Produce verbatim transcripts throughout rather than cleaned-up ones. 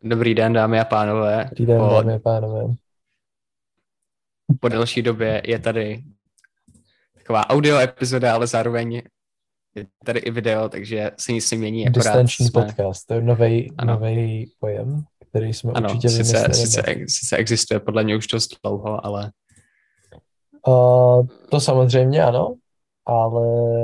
Dobrý den, dámy a pánové. Dobrý den, Po, dámy a pánové. po delší době je tady taková audio epizoda, ale zároveň je tady i video, takže se nic nemění, akorát Distanční jsme... podcast, to je nový Ano, nový pojem, který jsme ano, určitě sice, vymysleli sice, my. ex- sice existuje podle mě už dost dlouho, ale Uh, to samozřejmě ano, ale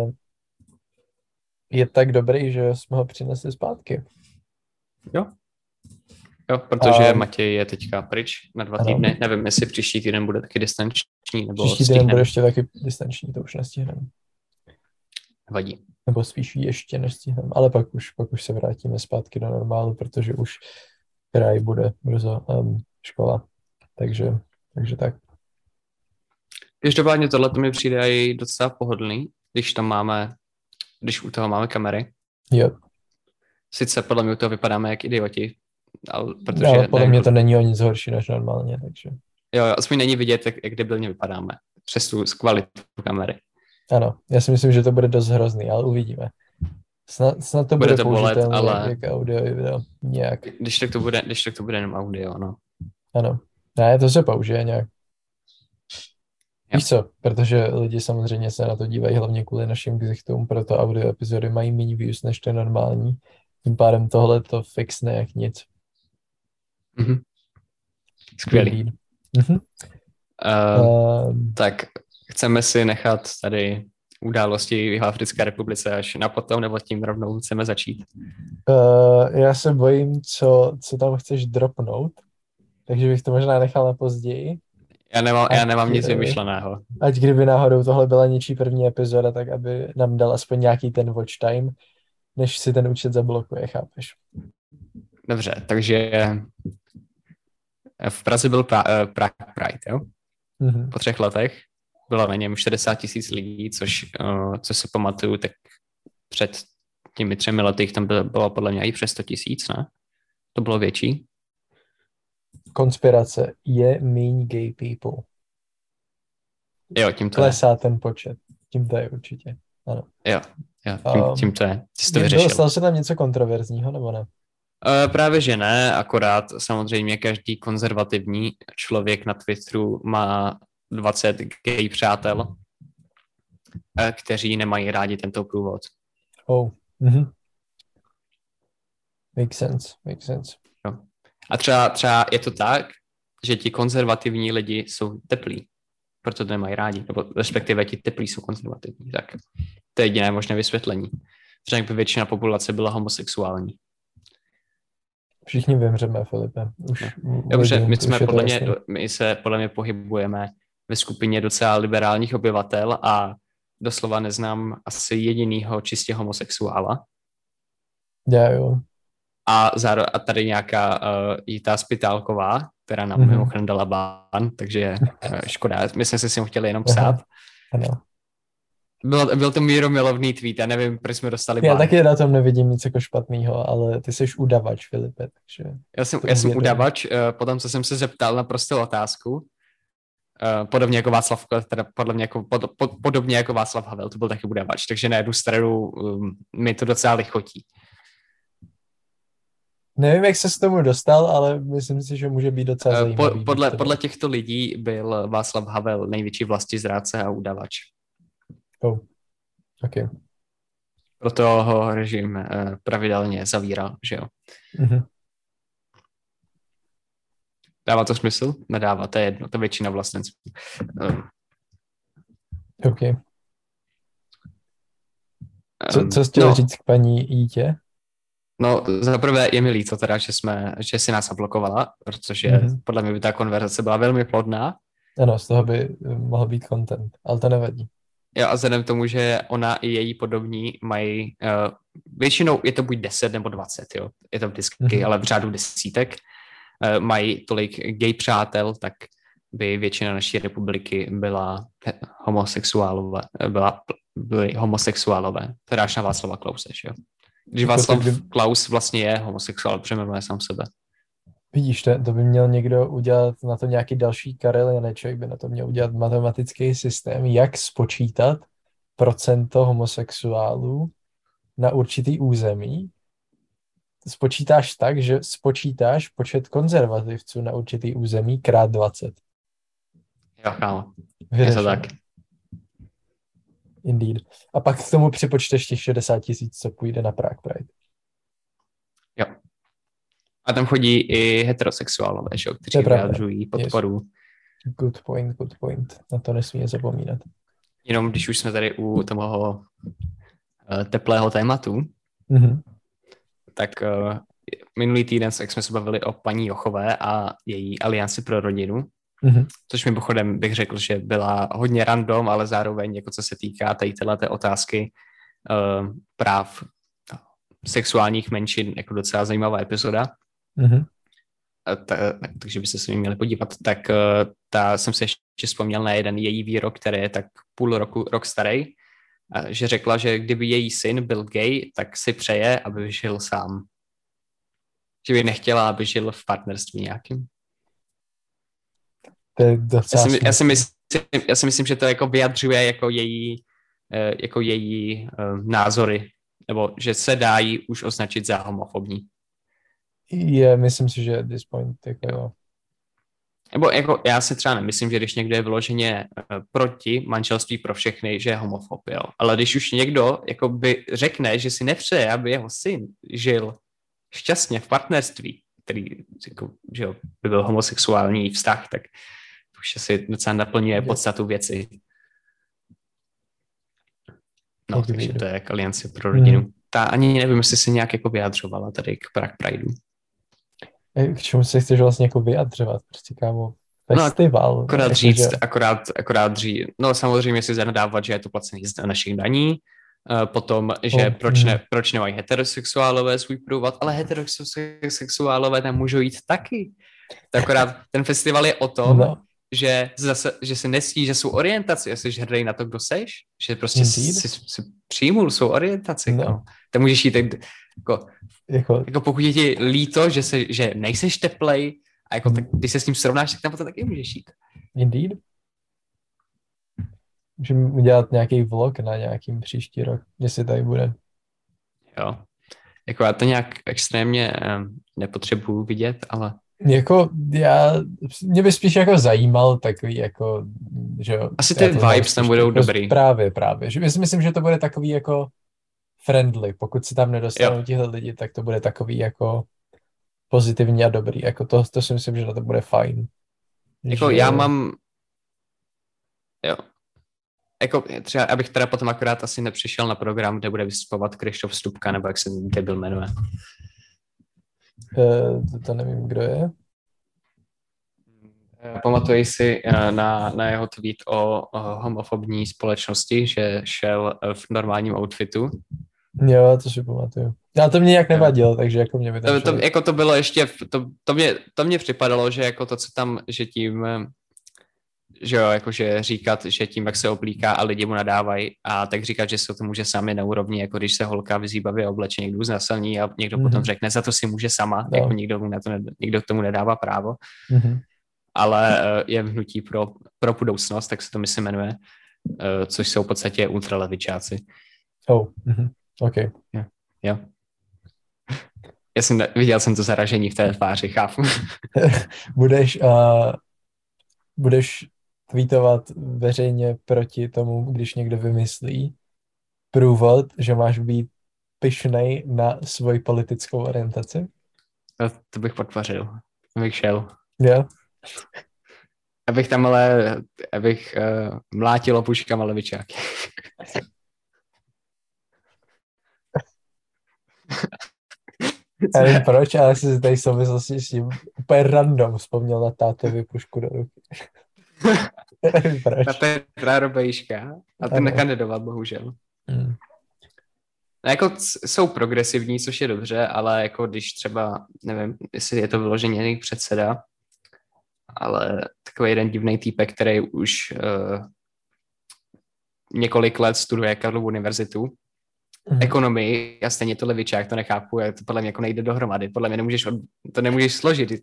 je tak dobrý, že jsme ho přinesli zpátky. jo, jo, protože Um, Matěj je teďka pryč na dva ano, týdny. Nevím, jestli příští týden bude taky distanční, nebo příští týden bude stihneme. ještě taky distanční, to už nestihneme. Vadí. Nebo spíš ještě nestihneme, ale pak už, pak už se vrátíme zpátky do normálu, protože už kraj bude brzo um, škola. Takže, takže tak. Každopádně tohle to mi přijde i docela pohodlný, když tam máme, když u toho máme kamery. Jo. Sice podle mě u toho vypadáme jak idioti, ale protože... Ale podle nevím, mě to není o nic horší než normálně, takže... Jo, jo, aspoň není vidět, jak, jak debilně vypadáme. Přes tu kvalitu kamery. Ano, já si myslím, že to bude dost hrozný, ale uvidíme. Snad, snad to Bude bude to bolet, použitelné ale jak, jak audio i video. Nějak. když tak to bude, když tak to bude jenom audio, no. Ano. Ne, to se použije nějak. Jo. Víš co, protože lidi samozřejmě se na to dívají hlavně kvůli našim ksichtům, proto audio epizody mají méně views než to normální. Tím pádem tohle to fixne jak nic. Mhm. Skvělý. Mhm. Uh, Um, tak chceme si nechat tady události v Africké republice až na potom, nebo tím rovnou chceme začít? uh, já se bojím, co, co tam chceš dropnout, takže bych to možná nechal na později. Já nemám, já Ať, nemám nic eh, vymyšleného. Ať kdyby náhodou tohle byla něčí první epizoda, tak aby nám dal aspoň nějaký ten watch time, než si ten účet zablokuje, chápeš? Dobře, takže v Praze byl pra, uh, Prague Pride, jo? Mm-hmm. Po třech letech bylo na něm šedesát tisíc lidí, což, uh, co si pamatuju, tak před těmi třemi lety jich tam bylo, bylo podle mě i přes sto tisíc, ne? To bylo větší. Konspirace je míň gay people. Jo, tím to je. Klesá ten počet. Tím to je určitě. Ano. Jo, jo tím, Um, tím to je. Ty jsi to Bylo, vyřešil. stalo se tam něco kontroverzního, nebo ne? Uh, právě že ne, akorát samozřejmě každý konzervativní člověk na Twitteru má dvacet gay přátel, uh, kteří nemají rádi tento průvod. Oh. Mm-hmm. Makes sense, makes sense. Jo. A třeba, třeba je to tak, že ti konzervativní lidi jsou teplí, proto to nemají rádi, nebo respektive ti teplí jsou konzervativní, tak to je jediné možné vysvětlení. Třeba by většina populace byla homosexuální. Všichni vymřeme, Filipe. Už, Dobře, my, už jsme je to podle mě, jasný. my se podle mě pohybujeme ve skupině docela liberálních obyvatel a doslova neznám asi jedinýho čistě homosexuála. Já jo. A, záro, a tady nějaká uh, Jita Spitálková, která nám Mhm. mimochodem dala ban, takže uh, škoda. My jsme si s ním chtěli jenom psát. Aha. Ano. Byl, byl to míromilovný tweet, já nevím, proč jsme dostali Já ban. taky na tom nevidím nic jako špatného, ale ty jsi udavač, Filipe, takže... Já jsem, to já jsem uvědomím. udavač, uh, potom co jsem se zeptal na prostou otázku, uh, podobně jako Václav, teda podle mě jako, pod, pod, podobně jako Václav Havel, to byl taky udavač, takže na jednu stranu um, mi to docela lichotí. Nevím, jak se s tomu dostal, ale myslím si, že může být docela Uh, zajímavý. po, podle, to podle těchto lidí byl Václav Havel největší vlastizrádce a udavač. Oh. Okay. Proto ho režim uh, pravidelně zavíral, že jo. Mhm. Dává to smysl? Nedává, to je jedno, to je většina vlastenství. Um, OK. Co, co jsi chtěl no, říct k paní Jítě? No, zaprvé je mi líto teda, že, jsme, že si nás zablokovala, protože Mhm. podle mě by ta konverzace byla velmi plodná. Ano, z toho by mohl být content, ale to nevadí. Jo, a vzhledem k tomu, že ona i její podobní mají, uh, většinou je to buď deset nebo dvacet, jo, je to vždycky, Mhm. ale v řádu desítek, uh, mají tolik gay přátel, tak by většina naší republiky byla homosexuálové, byla, byly homosexuálové, teda až na Václava Klause, že jo. Když Jako Václav to, kdy... Klaus vlastně je homosexuál, přeměnuje sám sebe. Vidíš, to, to by měl někdo udělat na to nějaký další Karel Janeček, by na to měl udělat matematický systém, jak spočítat procento homosexuálů na určitý území spočítáš tak, že spočítáš počet konzervativců na určitý území krát dvacet. Jo, kámo. Je to Vyřešeno. tak. Indeed. A pak k tomu připočteš těch šedesát tisíc, co půjde na Prague Pride. Jo. A tam chodí i heterosexuálové, že, kteří vyjadřují podporu. Yes. Good point, good point. Na to nesmíme zapomínat. Jenom když už jsme tady u toho uh, teplého tématu, mm-hmm. tak uh, minulý týden, jak jsme se bavili o paní Jochové a její alianci pro rodinu, mm-hmm. což mimochodem bych řekl, že byla hodně random, ale zároveň, jako co se týká tady té otázky uh, práv sexuálních menšin, jako docela zajímavá epizoda. Mm-hmm. Ta, takže byste se mi měli podívat. Tak uh, ta, jsem se ještě vzpomněl na jeden její výrok, který je tak půl roku, rok starý, uh, že řekla, že kdyby její syn byl gay, tak si přeje, aby žil sám. Že by nechtěla, aby žil v partnerství nějakým. To je docela já, si, já, si myslím, já si myslím, že to jako vyjadřuje jako její, uh, jako její uh, názory, nebo že se dají už označit za homofobní. Je, myslím si, že at this point, jako jo. Nebo jako já si třeba nemyslím, že když někdo je vyloženě uh, proti manželství pro všechny, že je homofob, jo. Ale když už někdo jako by řekne, že si nepřeje, aby jeho syn žil šťastně v partnerství, který jako, že jo, by byl homosexuální vztah, tak už asi docela naplňuje podstatu věci. No, Jak takže víru. to je jak aliance pro rodinu. Hmm. Ta ani nevím, jestli se nějak jako vyjadřovala tady k Prague Prideu. K čemu se chceš vlastně jako vyjadřovat? Prostě kámo, festival. No, akorát jako říct, že... akorát, akorát říct, no samozřejmě si zanadávat, že je to placený z našich daní, potom, že oh, proč, ne, mm. proč nemají heterosexuálové svůj průvod, ale heterosexuálové tam můžou jít taky. To akorát ten festival je o tom, no. že, zase, že se nesí, že jsou orientaci, jsi hrdý na to, kdo seš, že prostě si, si, si přijmul svou orientaci. No. Tak můžeš jít jako, jako... jako pokud je ti líto, že, se, že nejseš teplej, a jako tak, když se s tím srovnáš, tak tam potom taky můžeš jít. Indeed. Můžeme udělat nějaký vlog na nějakým příští rok, jestli tady bude. Jo. Jako já to nějak extrémně um, nepotřebuju vidět, ale... Jako já, mě by spíš jako zajímal takový jako, že jo. Asi ty vibes tam budou jako dobrý. Právě, právě. Že myslím, že to bude takový jako friendly. Pokud se tam nedostanou tihle lidi, tak to bude takový jako pozitivní a dobrý. Jako to, to si myslím, že to bude fajn. Jako že... já mám... Jo. Jako třeba, abych teda potom akorát asi nepřišel na program, kde bude vystupovat Krištof Stupka, nebo jak se debil jmenuje. Uh, to, to nevím, kdo je. Pamatuji si na, na jeho tweet o, o homofobní společnosti, že šel v normálním outfitu. Jo, to si pamatuju. Já to mě nějak nevadilo, takže jako mě by to, to, jako to bylo ještě, to, to, mě, to mě připadalo, že jako to, co tam, že tím, že jo, jakože říkat, že tím, jak se oblíká a lidi mu nadávají, a tak říkat, že se to může sami na úrovni, jako když se holka vzýbavě obleče, někdo znasilní a někdo mm-hmm. potom řekne, za to si může sama, no. Jako nikdo, mu na to ne, nikdo k tomu nedává právo. Mm-hmm. Ale je v hnutí pro, pro budoucnost, tak se to myslím jmenuje, což jsou v podstatě ultralevičáci. Oh, mm-hmm. OK. Jo. jo. Já jsem, viděl jsem to zaražení v té tváři, chápu. budeš, uh, budeš tweetovat veřejně proti tomu, když někdo vymyslí průvod, že máš být pyšnej na svoji politickou orientaci? To, to bych potvořil. To bych šel. Jo. Yeah. Abych tam ale, abych uh, mlátil opuškama levičáky. Já nevím proč, ale si tady souvislosti s tím úplně random vzpomněl na tátovi pušku do ruky. Nevím proč. Na Petra Robejška. A ten nekandidoval, bohužel. Hmm. No, jako jsou progresivní, což je dobře, ale jako když třeba, nevím, jestli je to vyloženě předseda, ale takový jeden divný týpek, který už uh, několik let studuje Karlovu univerzitu, mm-hmm. ekonomii, a stejně to levičák, to nechápu, to podle mě jako nejde dohromady, podle mě nemůžeš od, to nemůžeš složit.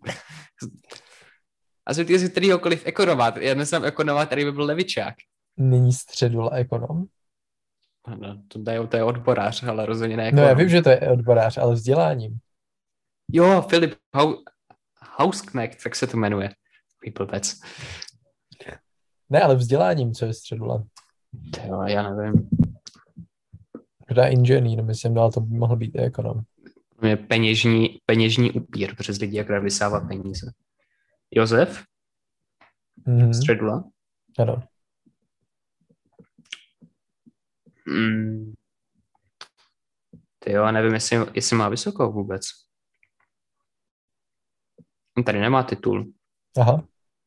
A jsou ty z kterýhokoliv ekonoma, já neznám ekonoma, který by byl levičák. Není středula ekonom? No, to, dají, to je odborář, ale rozhodně ne ekonom. No já vím, že to je odborář, ale vzděláním. Jo, Filip Hau- Hausknecht, tak se to jmenuje. Takový blbec. Ne, ale vzděláním, co je středula. Jo, já nevím. Kdo je inženýr, myslím, ale to by mohl být i ekonom. Je peněžní, peněžní upír, protože z lidí akorát vysává peníze. Josef? Mm-hmm. Středula? Ano. Mm. Ty jo, nevím, jestli, jestli má vysokou vůbec. On tady nemá titul. Aha.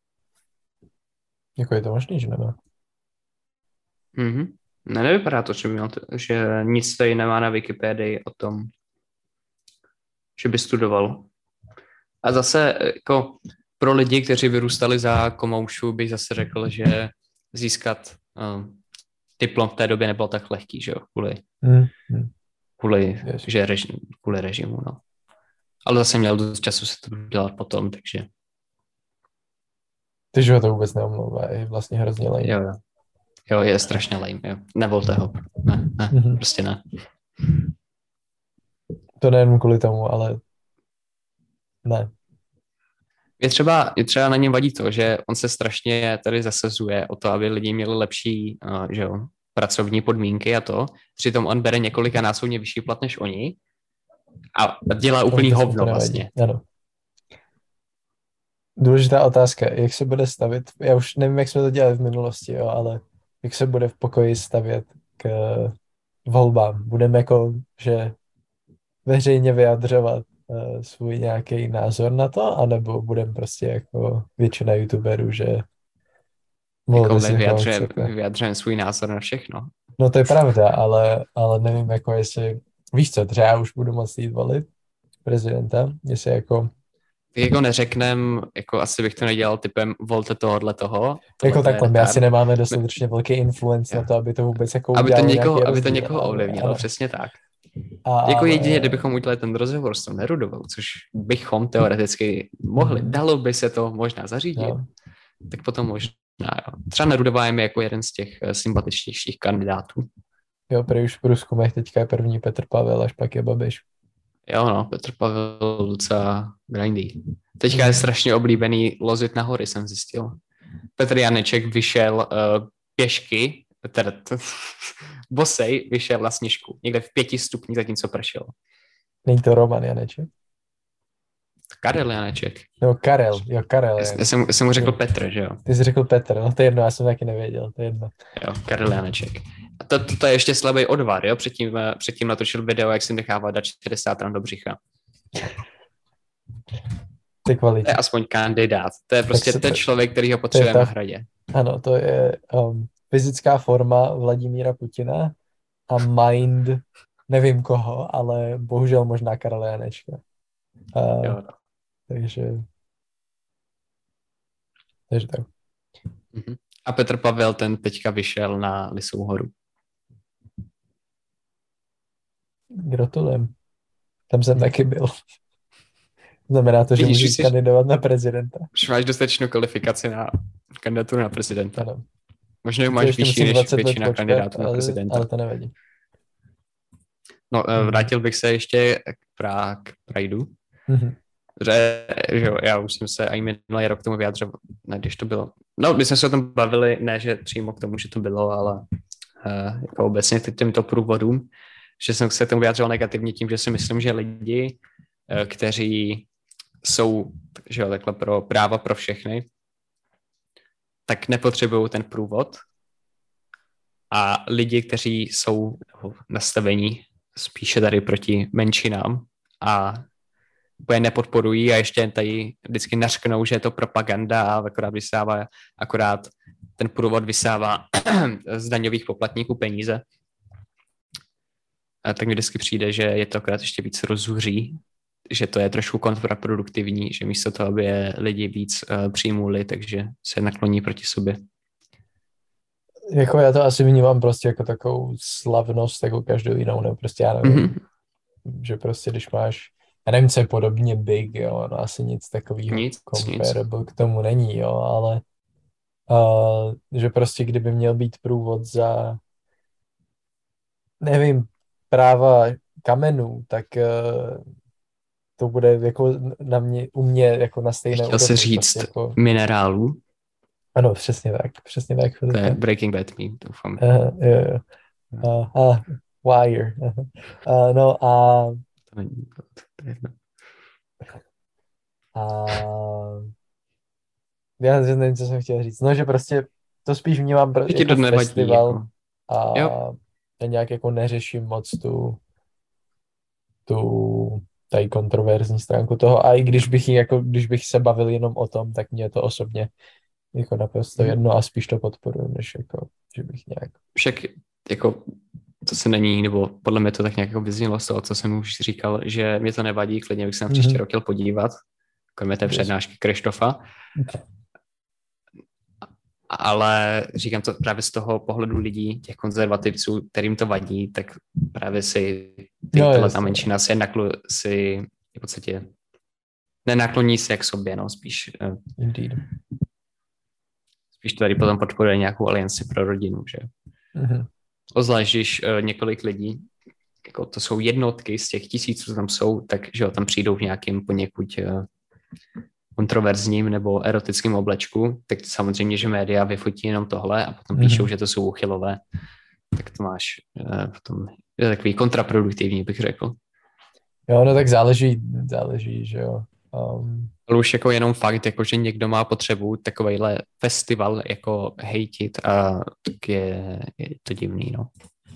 Jako je to možný, že nemá. Mhm. Ne, nevypadá to, že, by měl t- že nic tady nemá na Wikipedii o tom, že by studoval. A zase jako pro lidi, kteří vyrůstali za komoušů, bych zase řekl, že získat um, diplom v té době nebylo tak lehký, že jo, kvůli, Mm, mm. kvůli, Yes. že reži, kvůli režimu, no. Ale zase měl dost času se to dělat potom, takže Takže ho to vůbec neomlouvá, je vlastně hrozně lame. jo, jo. Jo, je strašně lame, jo. Nevolte ho. Ne, ne, Mhm. prostě ne. To nejen kvůli tomu, ale ne. Je třeba, je třeba na něm vadí to, že on se strašně tady zasazuje o to, aby lidi měli lepší uh, že jo, pracovní podmínky a to. Přitom on bere několika násobně vyšší plat než oni a dělá úplný Vůbec mi to hovno nevadí. vlastně. Ano. Důležitá otázka, jak se bude stavit, já už nevím, jak jsme to dělali v minulosti, jo, ale jak se bude v pokoji stavět k volbám. Budeme jako, že veřejně vyjadřovat uh, svůj nějaký názor na to, anebo budeme prostě jako většina youtuberů, že Jako volte my si, koho vyjadřujeme chcete. vyjadřujem svůj názor na všechno. No to je pravda, ale, ale nevím, jako jestli, víš co, třeba já už budu moct jít volit prezidenta, jestli jako, Jako neřeknem, jako asi bych to nedělal typem volte tohohle toho. jako takhle, my asi nemáme My, dostatečně velký influence na to, aby to vůbec jako aby to udělalo někoho, nějaký aby to rozdíl. někoho Ale- ovlivnilo, ano. přesně tak. A, Jako ale- jedině, kdybychom udělali ten rozhovor s tou Nerudovou, což bychom teoreticky mohli, Mhm. dalo by se to možná zařídit, No. tak potom možná, jo. Třeba Nerudová je mi jako jeden z těch eh, sympatičtějších kandidátů. Jo, prý už v průzkumech teďka je první Petr Pavel, až pak je Babiš. Jo, no, Petr Pavel docela grindy. Teďka je strašně oblíbený lozit na hory, jsem zjistil. Petr Janeček vyšel uh, pěšky, teda t- bosej vyšel na sněžku, někde v pěti stupních, zatímco pršelo. Není to Roman Janeček? Karel Janeček. No Karel, jo Karel. Já, je. já, jsem, já jsem mu řekl Petr, že jo? Ty jsi řekl Petr, no to je jedno, já jsem taky nevěděl, to je jedno. Jo, Karel Janeček. A to, to, to je ještě slabý odvar, jo? Předtím, eh, předtím natočil video, jak si nechává dát šedesát ran do břicha. Ty kvality. To je aspoň kandidát. To je prostě se ten to- člověk, který ho potřebuje ta- na hradě. Ano, to je um, fyzická forma Vladimíra Putina a mind, nevím koho, ale bohužel možná Karla Janečka. Uh, Jo, no. takže, takže tak. Mhm. A Petr Pavel, ten teďka vyšel na Lisou horu. Gratulujem. Tam jsem taky byl. Znamená to, že Vidíš, můžu jsi- kandidovat na prezidenta. Už máš dostatečnou kvalifikaci na kandidaturu na prezidenta. Ano. Možná To máš ještě vyšší musím než dvacet let většina počkat, kandidátů na ale, prezidenta. ale to nevadí. No, eh, Mhm. vrátil bych se ještě k, pra, k Prideu. Mhm. Že, že jo, já už jsem se i minulý rok k tomu vyjádřil, ne, když to bylo. No, my jsme se o tom bavili, ne, že přímo k tomu, že to bylo, ale uh, jako obecně k těmto průvodům, že jsem se k tomu vyjádřil negativně tím, že si myslím, že lidi, uh, kteří jsou, že jo, takhle pro práva pro všechny, tak nepotřebují ten průvod. A lidi, kteří jsou nastavení spíše tady proti menšinám a úplně nepodporují a ještě tady vždycky nařknou, že je to propaganda a akorát vysává, akorát ten průvod vysává z daňových poplatníků peníze. A tak mi vždycky přijde, že je to akorát ještě víc rozzuří, že to je trošku kontraproduktivní, že místo toho, aby je lidi víc uh, přijmuli, takže se nakloní proti sobě. Jako já to asi vnímám prostě jako takovou slavnost, jako každou jinou, nebo prostě já nevím, Mm-hmm. že prostě když máš, já nevím, co je podobně big, jo, no asi nic takového Nic, comparable k tomu není, jo, ale uh, že prostě kdyby měl být průvod za, nevím, práva kamenů, tak uh, to bude jako na mě, u mě jako na stejné Chtěl úrovni. se říct prostě jako... minerálů. Ano, přesně tak, přesně tak. To je Breaking Bad meme, doufám. Uh, jo, jo. Uh, uh, wire. Uh, uh, no a... To není, to, to je a... Já nevím, co jsem chtěl říct. No, že prostě to spíš vnímám pro, jako to nevadí, festival jako. a Jo. já nějak jako neřeším moc tu tu tady kontroverzní stránku toho. A i když bych, jako, když bych se bavil jenom o tom, tak mě to osobně jako naprosto jedno a spíš to podporuji, než jako, že bych nějak... Však jako to se není, nebo podle mě to tak nějak jako vyznělo z toho, co jsem už říkal, že mě to nevadí, klidně bych se na příští mm-hmm. rok chtěl podívat, kromě té přednášky Krištofa. Ale říkám to právě z toho pohledu lidí, těch konzervativců, kterým to vadí, tak právě si tyhle ta menšina si, naklu, si v podstatě nenakloní se k sobě, no, spíš, Indeed. spíš to tady potom podporuje nějakou alianci pro rodinu, že? Mm-hmm. Ozvlášť, když uh, několik lidí, jako to jsou jednotky z těch tisíců, co tam jsou, tak že jo, tam přijdou v nějakým poněkud uh, kontroverzním nebo erotickým oblečku, tak samozřejmě, že média vyfotí jenom tohle a potom mm-hmm. píšou, že to jsou uchylové, tak to máš uh, potom, je takový kontraproduktivní, bych řekl. Jo, no tak záleží, záleží, že jo. Um... Ale už jako jenom fakt, jako že někdo má potřebu takovejhle festival jako hejtit a tak je, je to divný, no.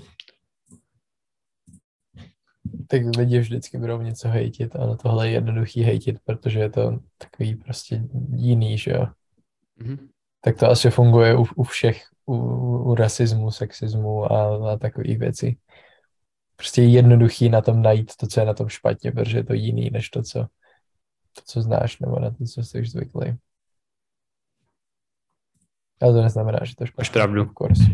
Tak lidi vždycky budou něco hejtit a na tohle je jednoduchý hejtit, protože je to takový prostě jiný, že jo. Mm-hmm. Tak to asi funguje u, u všech, u, u rasismu, sexismu a, a takových věcí. Prostě je jednoduchý na tom najít to, co je na tom špatně, protože je to jiný, než to, co, to, co znáš, nebo na to, co jsi už zvyklý. Ale to neznamená, že to je špatně. Máš pravdu.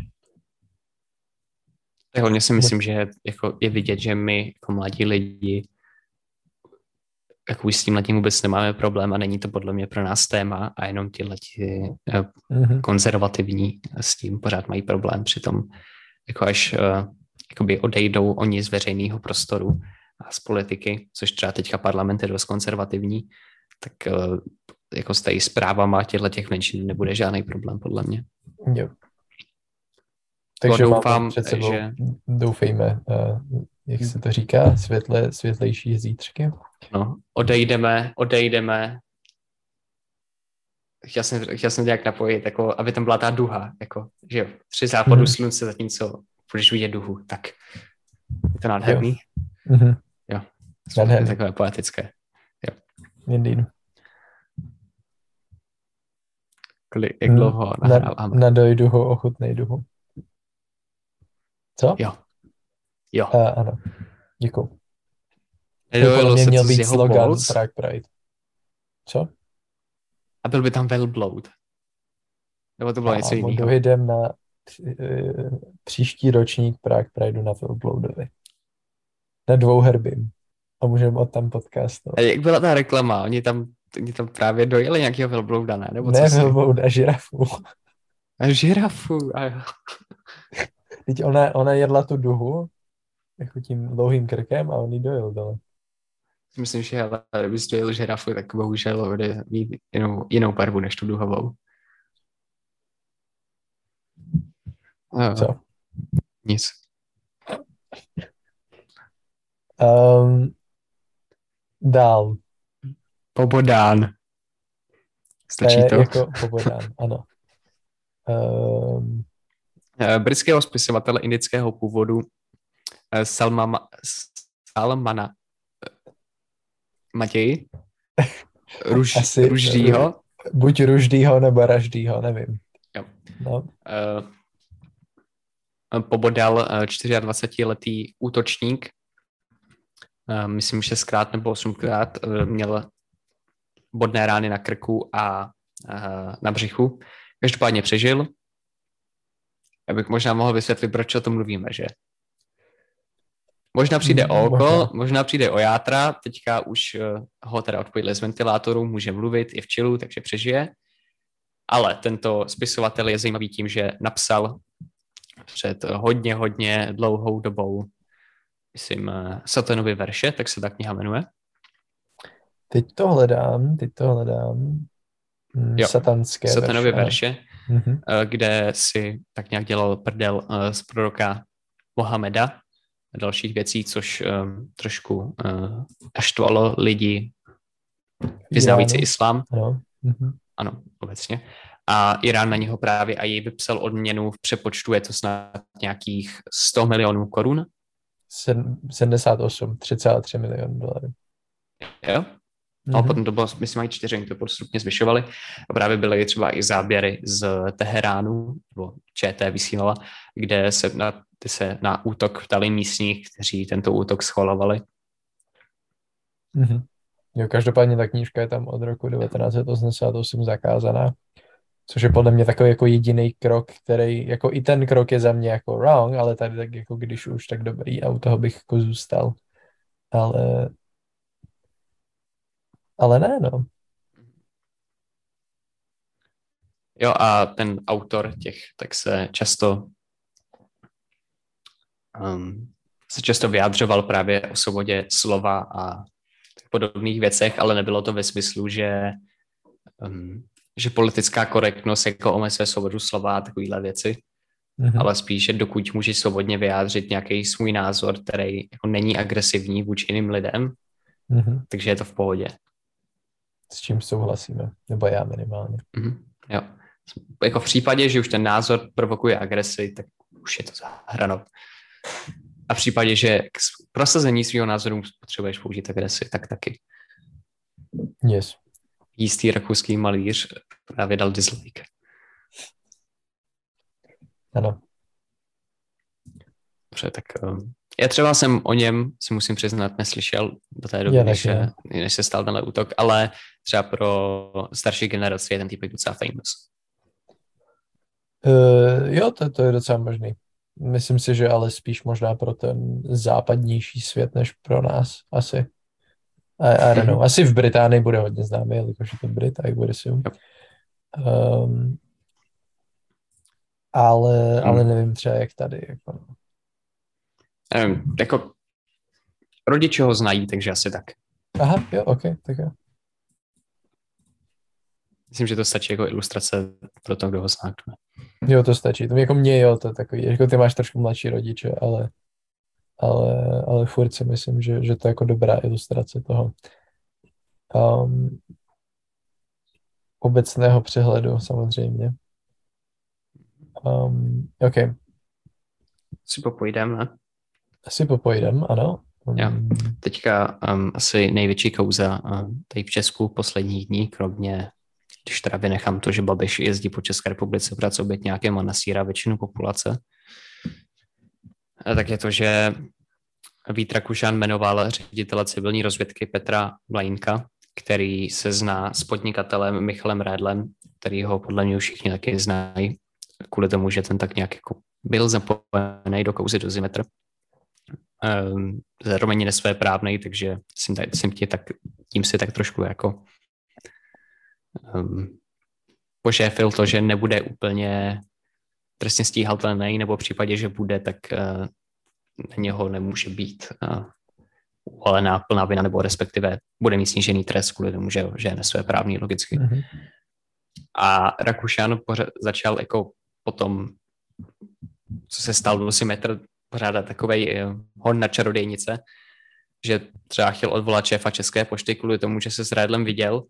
Hlavně si myslím, že jako je vidět, že my jako mladí lidi jako už s tím tím vůbec nemáme problém a není to podle mě pro nás téma a jenom ti lidi mm-hmm. konzervativní s tím pořád mají problém. Přitom jako až jakoby odejdou oni z veřejného prostoru a z politiky, což třeba teďka parlament je dost konzervativní, tak jako s tady zprávama těchto těch menšin nebude žádný problém podle mě. Jo. Takže doufám, před sebou, že... doufejme, uh, jak se to říká, světle, světlejší zítřky. No, odejdeme, odejdeme. Chtěl jsem, chtěl jsem nějak napojit, jako, aby tam byla ta duha, jako, že jo, tři západu mm-hmm. slunce, zatímco budeš vidět duhu, tak je to nádherný. Jo, mm-hmm. jo. Nádherný. Takové poetické. Jo. Indeed. Kolik, jak dlouho nahráváme? Na, nadoj duhu, ochutnej duhu. Co? Jo. Jo. Uh, ano. Děkuju. Nedojelo se měl to být z jeho slogan moc. Prague Pride. Co? A byl by tam velbloud. Nebo to bylo a něco jiného. Dojdem na uh, příští ročník Prague Prideu na velbloudovi. Na dvouherbím. A můžeme od tam podcastovat. A jak byla ta reklama? Oni tam, oni tam právě dojeli nějakého velblouda, ne? Nebo ne co velblouda, žirafu. A žirafu. A jo. Teď ona, ona jedla tu duhu jako tím dlouhým krkem a on jí dojel dole. Myslím, že ale kdybys dojel žirafu, tak bohužel bude mít jinou, jinou barvu než tu duhovou. No, co? Nic. Um, dál. Pobodán. Stačí to? Jako pobodán, ano. Um, Britského spisovatele indického původu Salma, Salmana Matěj Ruž, Asi, Ruždýho. Buď Ruždýho nebo Raždýho, nevím. Jo. No. Uh, pobodal dvacetičtyřletý útočník. Uh, myslím, šestkrát nebo osmkrát uh, měl bodné rány na krku a uh, na břichu. Každopádně přežil. Já bych možná mohl vysvětlit, proč o tom mluvíme, že? Možná přijde o oko, možná, možná přijde o játra, teďka už ho teda odpojili z ventilátoru, může mluvit, je v čilu, takže přežije. Ale tento spisovatel je zajímavý tím, že napsal před hodně, hodně dlouhou dobou, myslím, Satanovy verše, tak se ta kniha jmenuje. Teď to hledám, teď to hledám. Mm, Jo, satanské Satanovy verše. verše, Mhm. eh, kde si tak nějak dělal prdel eh, z proroka Mohameda a dalších věcí, což um, trošku uh, naštvalo lidi vyznávající Iránu. islám. Ano. Mhm. Ano, obecně. A Irán na něho právě a jej vypsal odměnu v přepočtu, je to snad nějakých sto milionů korun. Sedm- sedmdesát osm, tři celá tři milionu dolarů. Jo? A Mhm. potom to bylo, myslím, mají čtyři, oni to postupně zvyšovali. A právě byly třeba i záběry z Teheránu, nebo ČT vysílala, kde se na, kde se na útok ptali místních, kteří tento útok schvalovali. Mhm. Jo, každopádně ta knížka je tam od roku devatenáct set osmdesát osm zakázaná, což je podle mě takový jako jediný krok, který, jako i ten krok je za mě jako wrong, ale tady tak jako když už tak dobrý a u toho bych jako zůstal. Ale, ale ne, no. Jo, a ten autor těch, tak se často um, se často vyjádřoval právě o svobodě slova a podobných věcech, ale nebylo to ve smyslu, že, um, že politická korektnost jako omezuje svobodu slova a takovéhle věci, Mhm. ale spíš, že dokud můžeš svobodně vyjádřit nějaký svůj názor, který jako není agresivní vůči jiným lidem, Mhm. takže je to v pohodě. S čím souhlasíme, nebo já minimálně. Mhm. Jo. Jako v případě, že už ten názor provokuje agresi, tak už je to za hranou. A v případě, že k prosazení svého názoru potřebuješ použít agresi, tak taky. Yes. Jistý rakouský malíř právě dal dislike. Ano. Dobře, tak um, já třeba jsem o něm, si musím přiznat, neslyšel do té doby, Já než, taky ne. než se stal tenhle útok, ale třeba pro starší generaci je ten typ docela famous. Uh, jo, to, to je docela možný. Myslím si, že ale spíš možná pro ten západnější svět, než pro nás, asi. I, I don't know. Mhm. Asi v Británii bude hodně známý, jelikož je to Brit, I would assume. Jo. Um, ale, ale Hmm. nevím třeba, jak tady. Jako, no. Nevím, jako rodiče ho znají, takže asi tak. Aha, jo, ok, tak jo. Myslím, že to stačí jako ilustrace pro to, kdo ho zná. Jo, to stačí. To jako mě, jo, to je takový, jako ty máš trošku mladší rodiče, ale, ale, ale furt si myslím, že, že to je jako dobrá ilustrace toho um, obecného přehledu, samozřejmě. Um, ok, Si popojdem, ne? asi popojdem, ano. Jo. Um, Teďka um, asi největší kauza um, tady v Česku posledních dní, kromě, když teda vynechám to, že Babiš jezdí po České republice pracovat nějaké nasírá většinu populace, a tak je to, že Vít Rakušan jmenoval ředitele civilní rozvědky Petra Blajínka, který se zná s podnikatelem Michalem Redlem, který ho podle mě už všichni taky znají, kvůli tomu, že ten tak nějak jako byl zapojený do kauzy Dozimetr. Um, zároveň nesvéprávnej, takže jsem, tady, jsem tě tak, tím si tak trošku jako um, pošéfil to, že nebude úplně trestně stíhatelný, nebo v případě, že bude, tak uh, na něho nemůže být uh, uvalená plná vina, nebo respektive bude mít snížený trest kvůli tomu, že, že je nesvéprávný logicky. mm-hmm. A Rakušan pořád začal jako potom, co se stalo, Dozimetr, pořádat takovej uh, hon na čarodějnice, že třeba chtěl odvolat šéfa České pošty kvůli tomu, že se s Redlem viděl,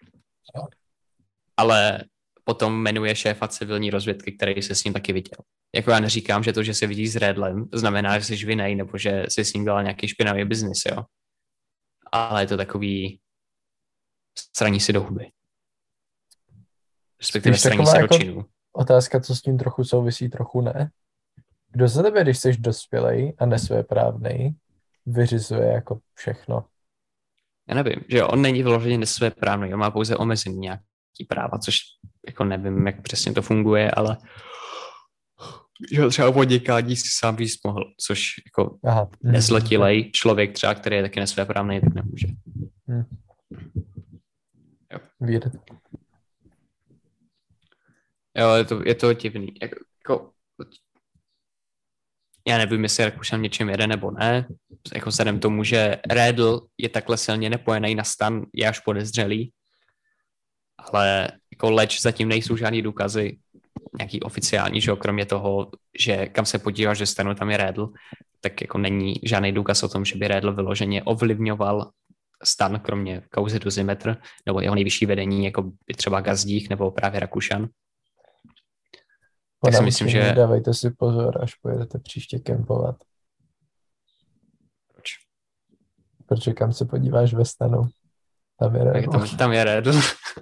ale potom jmenuje šéfa civilní rozvědky, který se s ním taky viděl. Jako já neříkám, že to, že se vidí s Redlem, znamená, že jsi vinej, nebo že jsi s ním dělal nějaký špinavý biznis, jo. Ale je to takový straní si do huby. Respektive straní si do činu. Otázka, co s tím trochu souvisí, trochu ne. Kdo za tebe, když jsi dospělej a nesvéprávnej, vyřizuje jako všechno? Já nevím, že jo, on není vyloženě nesvéprávný, on má pouze omezený nějaký práva, což jako nevím, jak přesně to funguje, ale že třeba o podnikání si sám říct mohl, což jako Aha. nezletilej člověk třeba, který je taky nesvéprávný, tak nemůže. Hmm. Jo. Víte. Jo, je to, je to divný. Jako, Já nevím, jestli Rakušan něčem jede nebo ne, jako vzhledem tomu, že Redl je takhle silně nepojený na stan, je až podezřelý, ale jako leč zatím nejsou žádný důkazy nějaký oficiální, že jo, kromě toho, že kam se podíváš, že stanu tam je Redl, tak jako není žádný důkaz o tom, že by Redl vyloženě ovlivňoval stan, kromě kauzy Dozimetr, nebo jeho nejvyšší vedení, jako by třeba Gazdík nebo právě Rakušan. Tak si myslím, že... Dávejte si pozor, až pojedete příště kempovat. Proč? Protože kam se podíváš ve stanu, tam je Redl. Tam, tam je Redl.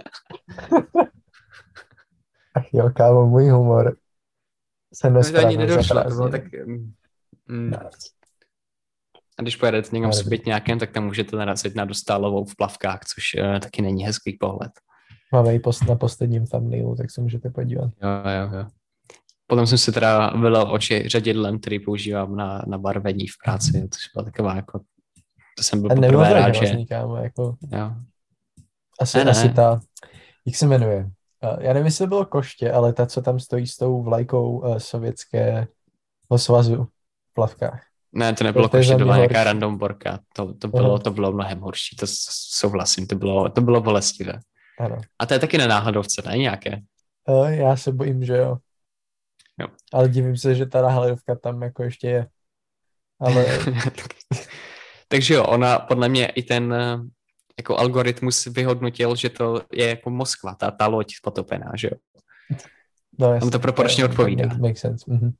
Ach jo, kámo, můj humor se nesprávně zaprazdnil. Tak... Mm. A když pojedete někam s bytňákem, tak tam můžete narazit na Dostálovou v plavkách, což uh, taky není hezký pohled. Máme ji post na posledním thumbnailu, tak se můžete podívat. Jo, jo, jo. Potom jsem si teda vylel oči řadidlem, který používám na, na barvení v práci, což byla taková jako, to jsem byl poprvé rád, že... Kámo, jako... Jo. Asi, ne, ne. asi ta, jak se jmenuje? Já nevím, jestli to bylo Koště, ale ta, co tam stojí s tou vlajkou uh, sovětského svazu v plavkách. Ne, to nebylo Koště, to byla nějaká random borka. To, to, bylo, to bylo mnohem horší, to souhlasím, to bylo, to bylo bolestivé. Ano. A to je taky na náhledovce, ne nějaké? Uh, já se bojím, že jo. Jo. Ale divím se, že ta náhledovka tam jako ještě je. Ale... Takže jo, ona podle mě i ten jako algoritmus vyhodnotil, že to je jako Moskva, ta, ta loď potopená, že jo. No, tam to proporčně odpovídá. Make, make sense. Mm-hmm.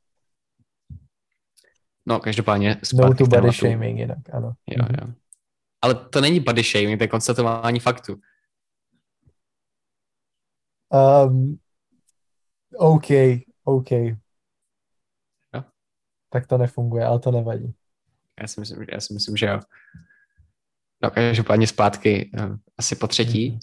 No, každopádně no to body shaming jinak, ano. Jo, mm-hmm. jo. Ale to není body shaming, to je konstatování faktu. Um, OK, OK. Jo? Tak to nefunguje, ale to nevadí. Já si myslím, já si myslím že jo. No, každopádně zpátky uh, asi po třetí,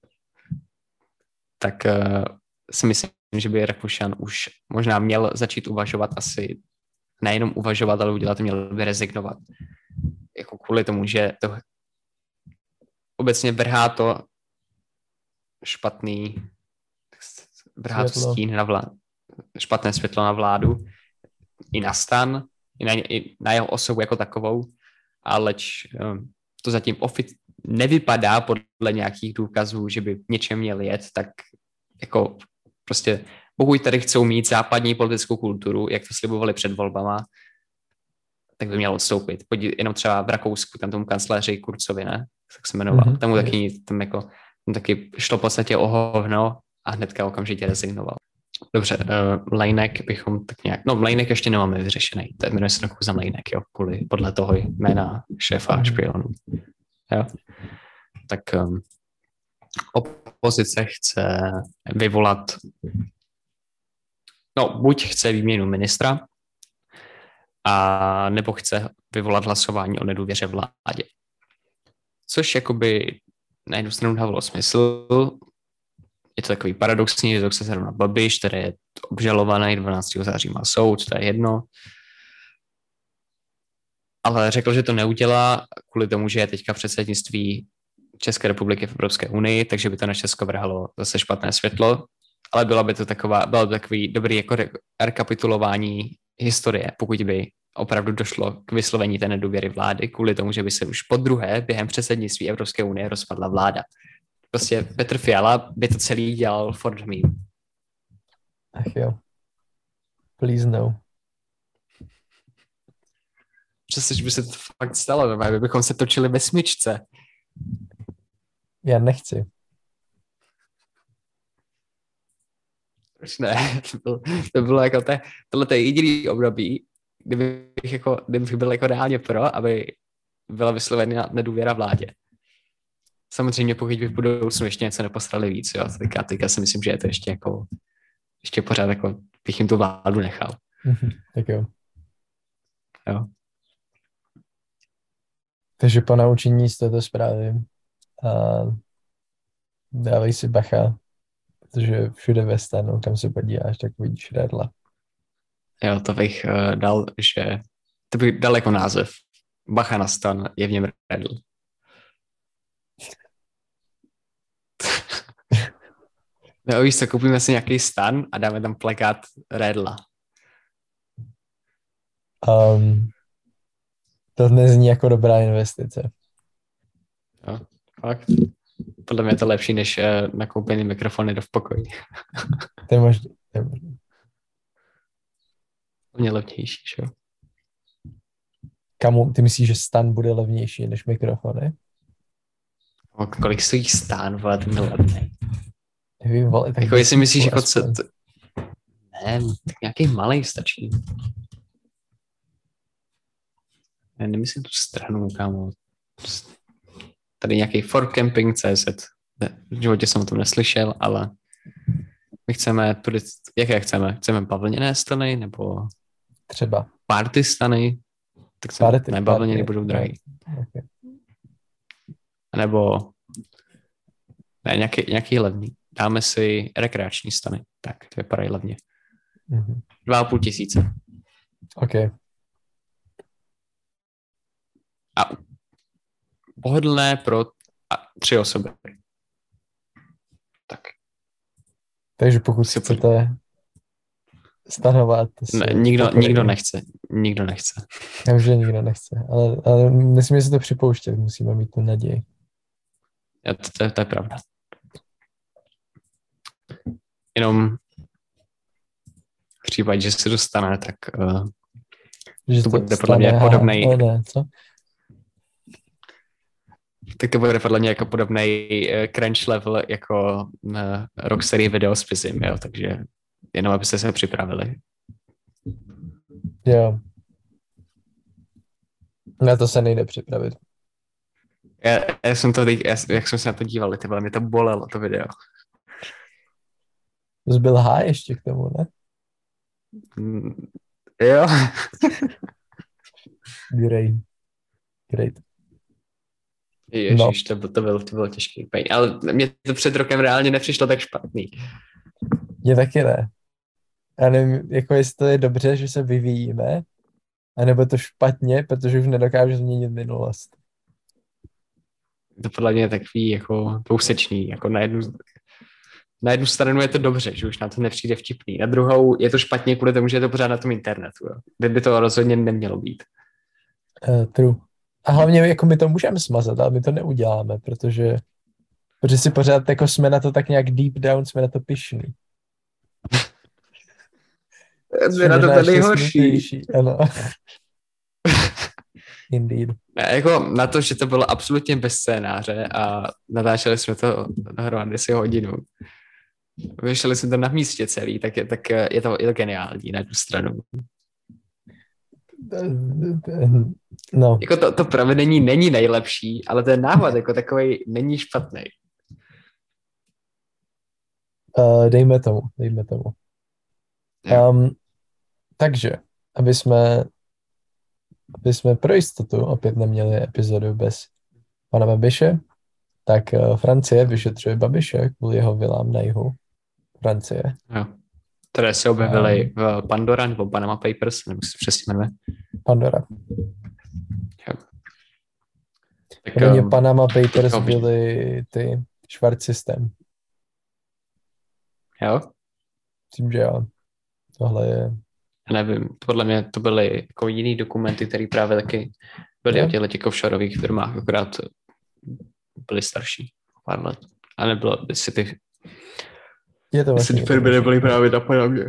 tak uh, si myslím, že by Rakušan už možná měl začít uvažovat asi, nejenom uvažovat, ale udělat, měl by rezignovat. Jako kvůli tomu, že to obecně vrhá to špatný, vrhá to stín na vládu, špatné světlo na vládu, i na stan, i na, i na jeho osobu jako takovou, aleč um, to zatím ofic- nevypadá podle nějakých důkazů, že by něčem měl jet, tak jako prostě pokud tady chcou mít západní politickou kulturu, jak to slibovali před volbama, tak by měl odstoupit. Podí, jenom třeba v Rakousku, tam tomu kancléři Kurzovi, ne? Tak se jmenoval. Mm-hmm. Tam taky, tam jako, tam taky šlo v podstatě o hovno a hnedka okamžitě rezignoval. Dobře, uh, Mlejnek bychom tak nějak, no Mlejnek ještě nemáme vyřešený, to jmenuje se za Mlejnek, jo, kvůli, podle toho jména šéfa mm. špionů, jo. Tak um, opozice chce vyvolat, no buď chce výměnu ministra, a nebo chce vyvolat hlasování o nedůvěře vládě. Což jakoby na jednu stranu dávalo smysl. Je to takový paradoxní, že to chce zrovna Babiš, který je obžalovaný, dvanáctého září má soud, to je jedno. Ale řekl, že to neudělá kvůli tomu, že je teďka předsednictví České republiky v Evropské unii, takže by to na Česko vrhalo zase špatné světlo. Ale byla by to taková, bylo by takový dobrý jako rekapitulování historie, pokud by opravdu došlo k vyslovení té nedůvěry vlády, kvůli tomu, že by se už po druhé během předsednictví Evropské unie rozpadla vláda. Prostě Petr Fiala by to celý dělal for the meme. Ach jo. Please no. Přestože by se to fakt stalo, my bychom se točili ve smyčce. Já nechci. Proč ne? To bylo, to bylo jako te, tohle je jediný období, kdybych, jako, kdybych byl jako reálně pro, aby byla vyslovena nedůvěra vládě. Samozřejmě pokud by v budoucnu ještě něco nepostarali víc, jo, teďka, teďka si myslím, že je to ještě jako, ještě pořád jako, bych jim tu vládu nechal. Mm-hmm, tak jo. Jo. Takže po naučení z této zprávy a dávej si bacha, protože všude ve stanu, kam se podíváš, tak vidíš Redla. Jo, to bych uh, dal, že to bych dal jako název. Bacha na stan, je v něm Redl. No víš co, koupíme si nějaký stan a dáme tam plakát Redla. Um, to nezní jako dobrá investice. Jo, fakt. Podle mě je to lepší, než uh, nakoupený mikrofony do v pokoji. To je možný. To je možný. Mě levnější, že jo? Kamu, ty myslíš, že stan bude levnější než mikrofony? O, kolik stojí stán, vole, ten byl levnej. Nevím, vole, tak Jako jestli myslíš, jako co... aspoň. To... Ne, tak nějaký malej stačí. Ne, nemyslím tu stranu, kámo. Tady nějaký for camping tečka cé zet. V životě jsem o tom neslyšel, ale my chceme, jaké chceme? Chceme bavlněné stany, nebo Třeba. party stany? Tak chceme, Party, ne, bavlněné party. budou drahý. Okay. Nebo ne, nějaký, nějaký levný. Dáme si rekreační stany. Tak, to vypadají levně. Mm-hmm. Dva a půl tisíce. OK. A pohodlné pro a tři osoby. Tak. Takže pokud si chcete stanovat... Ne, nikdo, nikdo nechce. Nikdo nechce. Já vím, že nikdo nechce, ale, ale nesmíme si to připouštět, musíme mít tu naději. Ja, to, to, to je pravda. Jenom v případě, že se dostane, tak uh, že to, to bude podle mě podobnej... Ne, ne, co? Tak to bude podle mě jako podobnej uh, crunch level jako uh, Rocksteady video s Fizim, jo, takže jenom abyste se připravili. Jo. Na to se nejde připravit. Já, já jsem to, já, jak jsem se na to díval, ty vole, mě to bolelo, to video. Jsi byl high ještě k tomu, ne? Mm, jo. Great. Great. Ježíš, no. to, to, bylo, to bylo těžký pain. Ale mě to před rokem reálně nepřišlo tak špatný. Mně taky ne. Já nevím, jako jestli to je dobře, že se vyvíjíme, anebo to špatně, protože už nedokážu změnit minulost. To podle mě je takový jako dvousečný. Jako na jednu, na jednu stranu je to dobře, že už na to nepřijde vtipný. Na druhou je to špatně kvůli tomu, že je to pořád na tom internetu. Jo. Kde by to rozhodně nemělo být. Uh, true. A hlavně jako my to můžeme smazat, ale my to neuděláme, protože, protože si pořád jako jsme na to tak nějak deep down, jsme na to pyšní. Jsme na to ten nejhorší. Ano. Indeed. Jako na to, že to bylo absolutně bez scénáře a natáčeli jsme to dohromady si hodinu. Vyšli jsme to na místě celý, tak je, tak je, to, je to geniální na jednu stranu. No. Jako to, to provedení není nejlepší, ale ten náhod jako takovej není špatný. Uh, dejme tomu, dejme tomu. Um, takže, aby jsme, aby jsme pro jistotu opět neměli epizodu bez pana Babiše, tak uh, Francie vyšetřuje Babiše kvůli jeho vilám na jihu Francie. Jo. Které se objevily um, v Pandora nebo Panama Papers, nebo se přesně jmenuje. Pandora. Jo. Tak, Pro mě um, Panama Papers byly ty Schwarz System. Jo? Myslím, že jo. Tohle je... Já nevím, podle mě to byly jako jiný dokumenty, které právě taky byly o těchto těch offshoreových firmách, akorát byly starší pár let. A nebylo, jestli ty, je to jestli ty firmy nebyly právě na Panamě.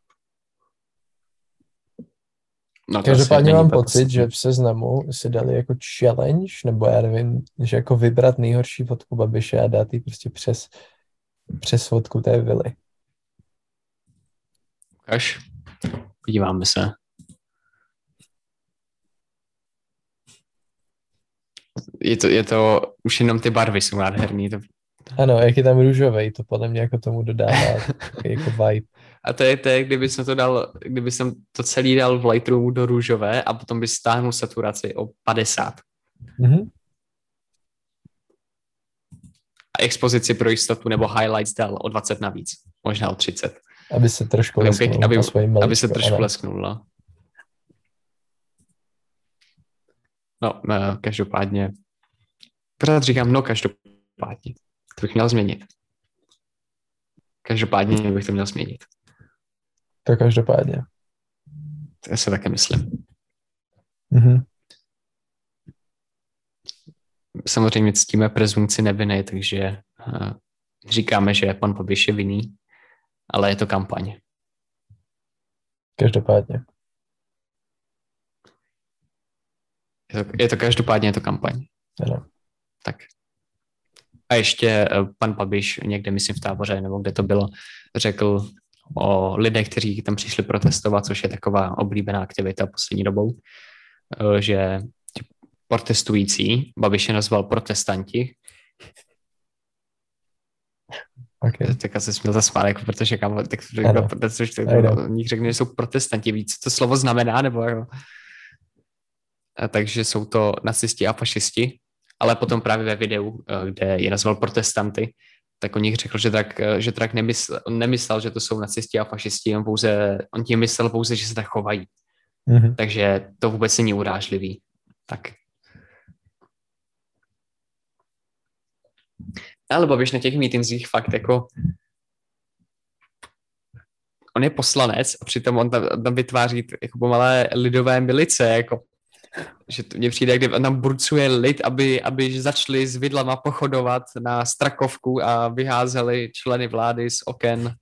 No, každopádně mám pocit, že v Seznamu si dali jako challenge, nebo já nevím, že jako vybrat nejhorší fotku Babiše a dát ji prostě přes, přes fotku té vily. Až podíváme se. Je to, je to, už jenom ty barvy jsou nádherný. To... Ano, jak je tam růžovej, to podle mě jako tomu dodává jako vibe. A to je, to je kdyby jsem to dal, kdyby jsem to celý dal v Lightroomu do růžové a potom by stáhnul saturaci o padesát. Mm-hmm. A expozici pro jistotu nebo highlights dal o dvacet navíc, možná o třicet. Aby se trošku aby, lesknul aby, na svoji maličko. Aby se trošku ano. lesknul, no. No, no, každopádně. Pořád říkám, no každopádně. To bych měl změnit. Každopádně bych to měl změnit. To každopádně. To já se také myslím. Mm-hmm. Samozřejmě ctíme prezumci neviny, takže uh, říkáme, že pan Babiš je vinný, ale je to kampaň. Každopádně. Je to, je to každopádně je to kampaň. Ano. Tak. A ještě uh, pan Babiš někde, myslím v Táboře, nebo kde to bylo, řekl o lidech, kteří tam přišli protestovat, což je taková oblíbená aktivita poslední dobou, uh, že protestující Babiš je nazval protestanti. Okay. Tak asi směl zasmát, jako, protože kam, tak Ano. nich řekne, že jsou protestanti, víc, co to slovo znamená, nebo jako. A takže jsou to nacisti a fašisti, ale potom právě ve videu, kde je nazval protestanty, tak o nich řekl, že tak, že tak nemyslel, on nemyslel, že to jsou nacisti a fašisti, on, pouze, on tím myslel pouze, že se tak chovají. Mm-hmm. Takže to vůbec není urážlivý. Tak. Ale Babiš na těch mítincích fakt jako on je poslanec a přitom on tam, tam vytváří jako pomalé lidové milice, jako že to mně přijde, kdy on tam burcuje lid, aby, aby začali s vidlama pochodovat na Strakovku a vyházeli členy vlády z oken.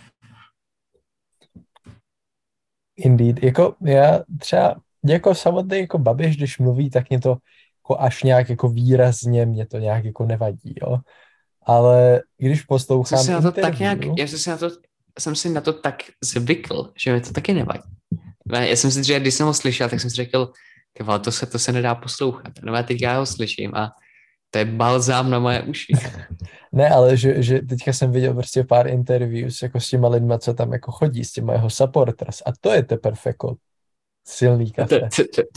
Indeed. Jako já třeba, jako samotný jako Babiš, když mluví, tak mě to jako až nějak jako výrazně, mě to nějak jako nevadí, jo. Ale když poslouchám jsem si na to interview... tak nějak, já jsem si na to, jsem si na to tak zvykl, že mi to taky nevadí. Já jsem si, že když jsem ho slyšel, tak jsem si řekl, tyhle, to se, to se nedá poslouchat. No a teď já ho slyším a to je balzám na moje uši. Ne, ale že, že teďka jsem viděl prostě pár interviews jako s těma lidma, co tam jako chodí, s těma jeho supporters a to je teprve jako silný kafe.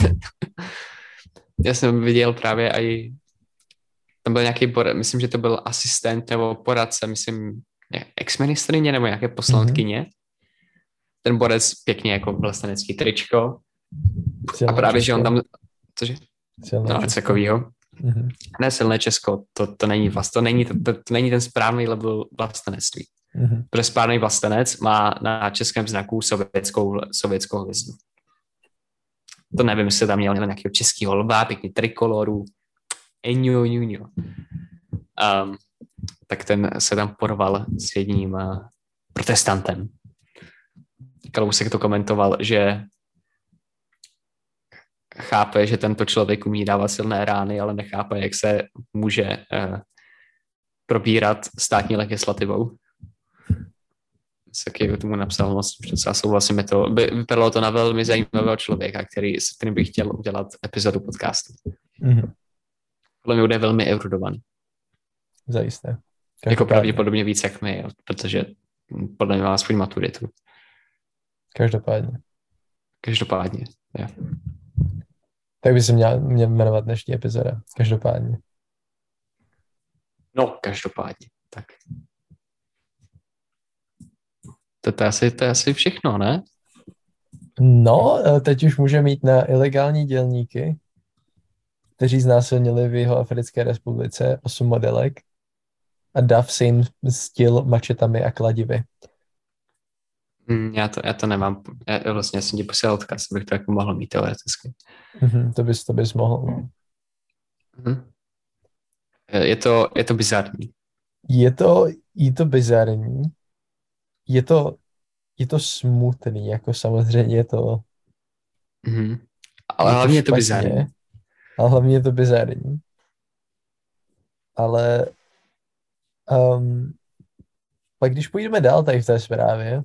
Já jsem viděl právě i tam byl nějaký, myslím, že to byl asistent nebo poradce, myslím, ex-ministryně nebo nějaké poslankyně. Mm-hmm. Ten borec pěkně jako vlastenecký tričko. Silné a právě, Česko. Že on tam, cože? Silné no, něco takovýho. Mm-hmm. Ne silné Česko, to, to není vlast, to není, to, to, to není ten správný level vlastenectví. Mm-hmm. Protože správný vlastenec má na českém znaku sovětskou, sovětskou hvězdu. To nevím, jestli tam měl nějakého českého lva, pěkný trikoloru. Eňu, eňu, eňu. Um, tak ten se tam porval s jedním uh, protestantem. Kalousek to komentoval, že chápe, že tento člověk umí dávat silné rány, ale nechápe, jak se může uh, probírat státní legislativou. Taky tomu napsal, vlastně docela souhlasím, to by, vypadalo to na velmi zajímavého člověka, který, s kterým bych chtěl udělat epizodu podcastu. Mm-hmm. Podle mě bude velmi erudovaný. Zajisté. Každopádně. Jako pravděpodobně víc jak my, jo, protože podle mě má aspoň maturitu. Každopádně. Každopádně, jo. Tak by se měl, měl jmenovat dnešní epizoda. Každopádně. No, každopádně. Tak. To, to, je asi, to je asi všechno, ne? No, teď už můžeme mít na ilegální dělníky, kteří znásilnili v Jihoafrické republice osm modelek a dav se jim stil mačetami a kladivy. Mm, já, to, já to nemám. Já vlastně jsem ti posílal odkaz, abych to jako mohl mít teoreticky. Mm-hmm, to bys, to bys mohl. No. Mm-hmm. Je to, je to bizarní. Je to, je to bizarní. Je to, je to smutný, jako samozřejmě je to... Mm-hmm. Ale je hlavně to je to bizarní. Ale hlavně je to bizarní. Ale um, pak když půjdeme dál tady v té zprávě,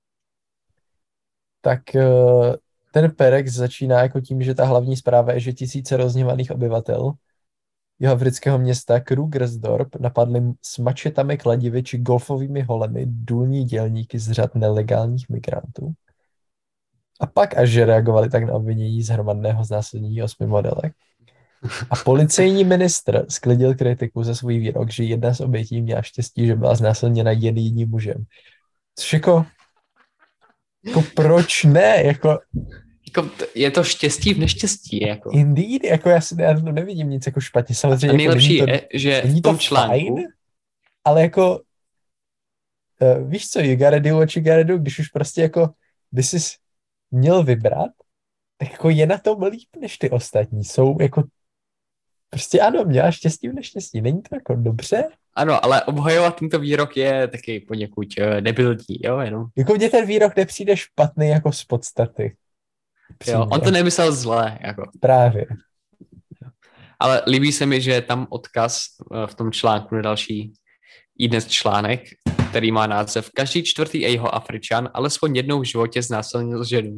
tak uh, ten perek začíná jako tím, že ta hlavní zpráva je, že tisíce rozhněvaných obyvatel jihoafrického města Krugersdorp napadly s mačetami, kladivy či golfovými holemi důlní dělníky z řad nelegálních migrantů. A pak až že reagovali tak na obvinění z hromadného znásilnění osmi modelek. A policejní ministr sklidil kritiku za svůj výrok, že jedna z obětí měla štěstí, že byla znásilněna jen jedním mužem. Což jako, jako proč ne? Jako, jako je to štěstí v neštěstí. Jako. Indeed, jako já, si, já nevidím nic jako špatně. Samozřejmě, a nejlepší jako, je, že není v tom to článku... Fajn, ale jako uh, víš co, you gotta do what you gotta do, když už prostě jako by jsi měl vybrat, tak jako je na tom líp než ty ostatní. Jsou jako, prostě ano, měla štěstí v neštěstí. Není to jako dobře? Ano, ale obhajovat tento výrok je taky poněkud uh, debilní, jo, jenom. Jako mně ten výrok nepřijde špatný jako z podstaty. Jo, on to nemyslel zle, jako. Právě. Ale líbí se mi, že je tam odkaz uh, v tom článku na další iDnes článek, který má název Každý čtvrtý jeho Afričan alespoň jednou v životě znásilnil ženu.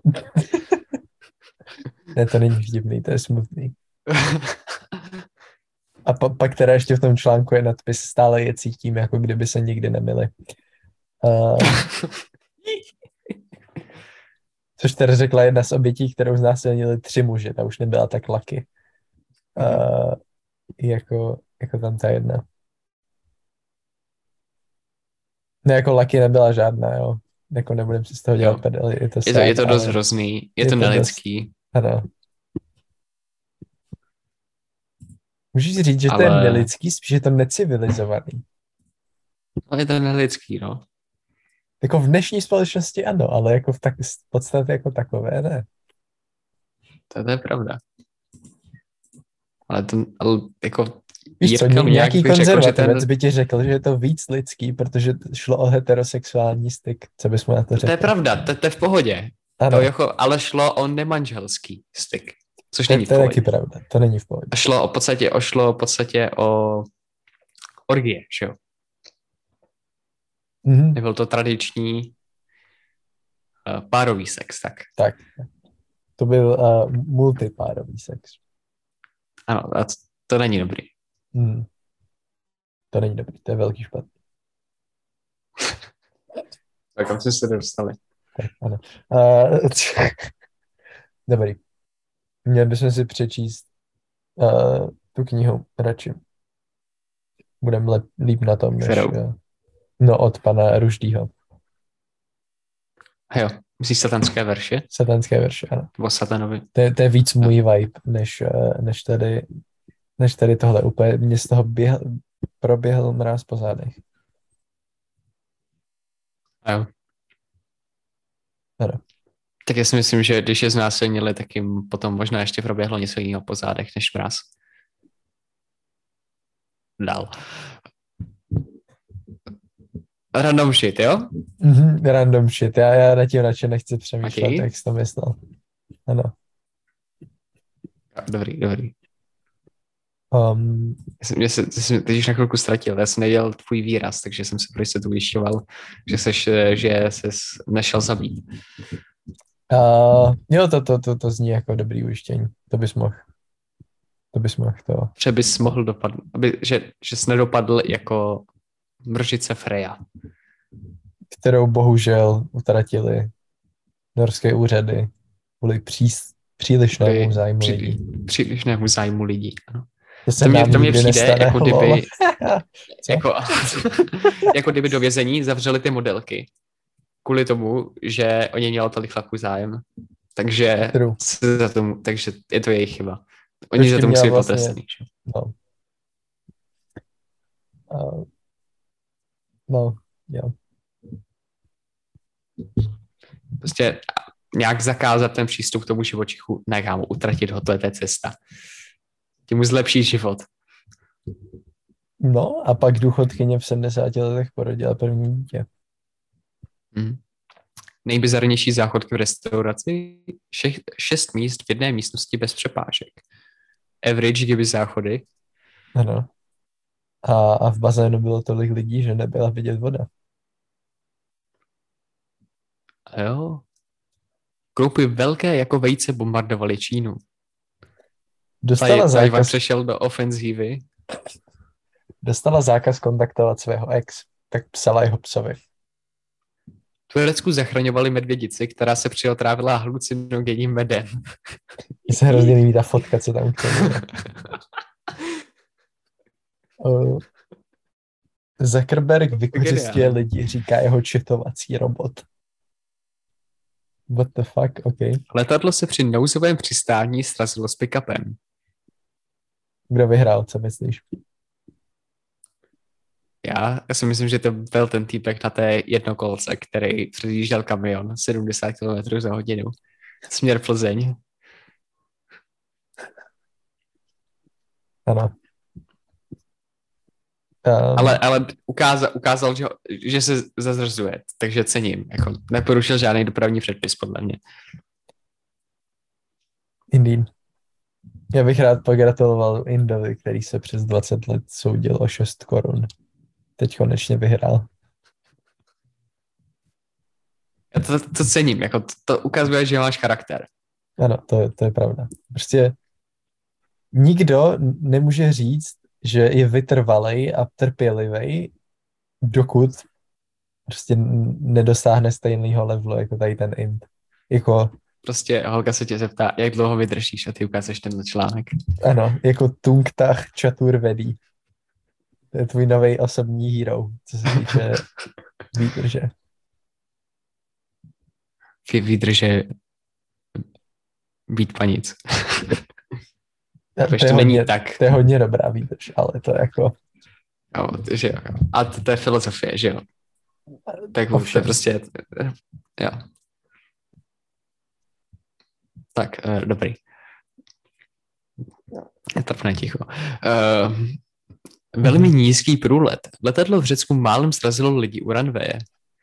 Ne, to není vtipný, to je smutný. A pa, pak teda ještě v tom článku je nadpis stále je cítím, jako kdyby se nikdy nemili. Uh, což teda řekla jedna z obětí, kterou znásilnili tři muži, ta už nebyla tak lucky. Uh, jako, jako tam ta jedna. Ne, jako lucky nebyla žádná, jo. Jako nebudem si z toho dělat pedel. Je to, je to, je to dost hrozný, je, je to, to nelidský. Dost, ano. Můžeš říct, že ale... to je nelidský, spíš je to necivilizovaný. No je to nelidský, no. Jako v dnešní společnosti ano, ale jako v, tak, v podstatě jako takové ne. To, to je pravda. Ale to, ale jako... Víš co, nějaký nějak konzervativec řekl, ten... by ti řekl, že je to víc lidský, protože šlo o heterosexuální styk. Co bys mu na to řekl? To je pravda, to, to je v pohodě. To jako, ale šlo o nemanželský styk. Což to, není to v je pohodě. taky pravda, to není v pohodě. A šlo o podstatě, o šlo v podstatě o orgie, že jo? Mm-hmm. Nebyl to tradiční uh, párový sex, tak. Tak, to byl uh, multipárový sex. Ano, a to není dobrý. Mm. To není dobrý, to je velký špat. Tak kam jsme se dostali? Tak, ano. Uh, dobrý. Měli bychom si přečíst uh, tu knihu radši. Budeme lep, líp na tom, než... Uh, no, od pana Ruždýho. A jo, myslíš satanské verše? Satanské verše, ano. Nebo satanovi. To je, to je víc můj vibe, než, než, tady, než tady tohle. Úplně mě z toho běhl, proběhl mráz po zádech. A jo. Ano. Tak já si myslím, že když je znásilnili, tak jim potom možná ještě proběhlo něco jiného po zádech, než mráz. Dál. Random shit, jo? Mm-hmm, random shit. Já, já na tím radši nechci přemýšlet, okay. Jak jsi to myslel. Ano. Dobrý, dobrý. Um, já jsem, já jsem, já jsem teď na chvilku ztratil. Já jsem nedělal tvůj výraz, takže jsem se prostě tu ujišťoval, že seš, že ses nešel zabít. Uh, jo, to, to, to, to zní jako dobrý ujištění. To bys mohl. To bys mohl to. Že bys mohl dopadnout. Aby, že, že jsi nedopadl jako mržice Freja. Kterou bohužel utratili norské úřady kvůli přís, přílišnému zájmu při, lidí. Přílišnému zájmu lidí, ano. To, to mě, to mě přijde, nestane, jako kdyby, jako, jako kdyby do vězení zavřeli ty modelky. Kvůli tomu, že o ně mělo tolik chlapů zájem. Takže, za tomu, takže je to jejich chyba. Oni za to musí být vlastně, potrestaný. No. Uh, no, jo. Prostě nějak zakázat ten přístup k tomu živočichu, ne, kámo, utratit ho, to je ta cesta. Tím mu zlepší život. No a pak důchodkyně v sedmdesáti letech porodila první dítě. Hmm. Nejbizarnější záchodky v restauraci, šest, šest míst v jedné místnosti bez přepážek. Average kdyby záchody. Ano. A, a v bazénu bylo tolik lidí, že nebyla vidět voda. A jo. Kroupy velké jako vejce bombardovaly Čínu. Dostala zákaz... zákaz... přešel do ofenzívy. Dostala zákaz kontaktovat svého ex, tak psala jeho psovi. V Turecku zachraňovali medvědici, která se přiotrávila halucinogenním medem. Mně se hrozně líbí ta fotka, co tam k tomu je. Uh, Zuckerberg vykořistuje lidi, říká jeho četovací robot. What the fuck, okay. Letadlo se při nouzovém přistání srazilo s pick-upem. Kdo vyhrál, co myslíš? Já, já si myslím, že to byl ten týpek na té jednokolce, který předjížděl kamion sedmdesát kilometrů za hodinu. Směr Plzeň. Ano. Um, ale ale ukázal, ukázal že, že se zazrzuje, takže cením. Jako, neporušil žádný dopravní předpis, podle mě. Indeed. Já bych rád pogratuloval Indovi, který se přes dvacet let soudil o šest korun. Teď konečně vyhrál. Já to, to cením, jako to, to ukazuje, že máš charakter. Ano, to je, to je pravda. Prostě nikdo nemůže říct, že je vytrvalej a trpělivej, dokud prostě nedosáhne stejného levelu jako tady ten Ind. Jako, prostě holka se tě zeptá, jak dlouho vydržíš a ty ukážeš tenhle článek. Ano, jako Tungtach Chaturvedi. To je tvůj nový osobní hero, co se týče výdrže. Výdrže být panic. To, to, to, je to není hodně, tak. To je hodně dobrá výdrž, ale to jako... Jo, že jo. A to, to je filozofie, že jo. Tak to je prostě... Jo. Tak, uh, dobrý. Je trpné ticho. Uh, velmi mm-hmm. nízký průlet. Letadlo v Řecku málem srazilo lidi u runwaye.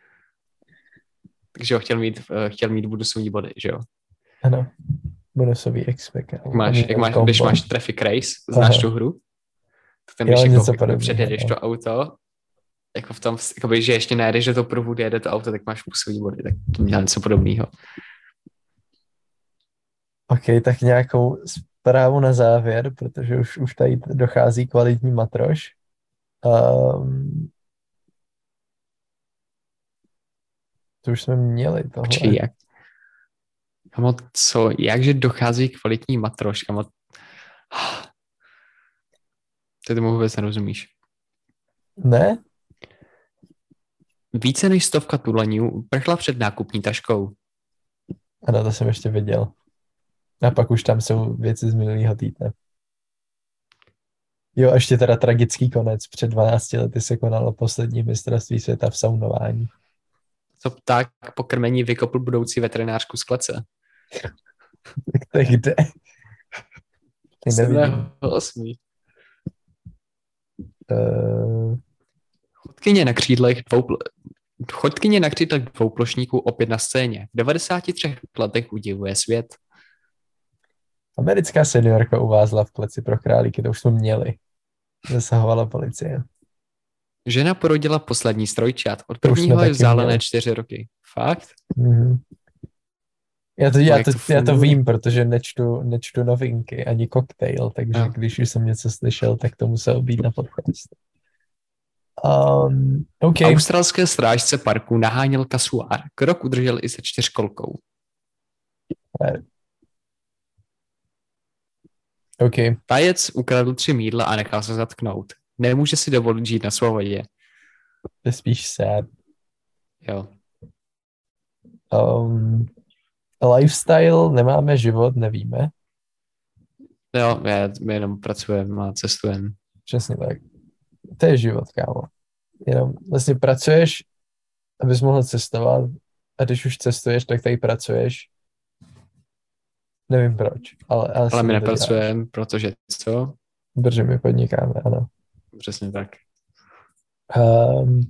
Takže ho chtěl mít, uh, chtěl mít bonusovní body, že jo? Ano. Bonusový expect. Jak máš, jak máš, když máš Traffic Race, znáš Aha. tu hru? Tak tam, když jo, jako, jako předjedeš to auto, jako v tom, jakoby, že ještě nejedeš do toho průvodu, jede to auto, tak máš bonusovní body, tak to měl něco podobného. OK, tak nějakou zprávu na závěr, protože už, už tady dochází kvalitní matroš. Um, to už jsme měli tohle. Počkej, jak? Kamo, co? Jakže dochází kvalitní matroš? Kamo, ty tomu vůbec nerozumíš. Ne? Více než stovka tuleňů prchla před nákupní taškou. Ano, to jsem ještě viděl. A pak už tam jsou věci z minulého týdne. Jo, ještě teda tragický konec. Před dvanácti lety se konalo poslední mistrovství světa v saunování. Co pták po krmení vykopl budoucí veterinářku z klece? Tak to je kde? sedmého osmého Uh... Chodkyně na křídlech dvou... Chodkyně na křídlech dvouplošníků opět na scéně. V devadesáti třech letech udivuje svět. Americká seniorka uvázla v kleci pro králíky, to už jsme měli. Zasahovala policie. Žena porodila poslední strojčat. Od prvního je vzdálené čtyři roky. Fakt? Mm-hmm. Já, to, já, to, to já to vím, protože nečtu, nečtu novinky, ani koktejl, takže no. Když už jsem něco slyšel, tak to muselo být na podcast. Um, okay. Australské strážce parku naháněl kasuár. Krok udržel i se čtyřkolkou. Okay. Tajec ukradl tři mýdla a nechal se zatknout. Nemůže si dovolit žít na svobodě. To je spíš sad. Jo. Um, lifestyle, nemáme život, nevíme. Jo, my jenom pracujeme a cestujeme. Přesně tak. To je život, kámo. Jenom vlastně pracuješ, abys mohl cestovat, a když už cestuješ, tak tady pracuješ. Nevím proč, ale... Ale, ale my nepracujeme, protože co? Protože my podnikáme, ano. Přesně tak. Um,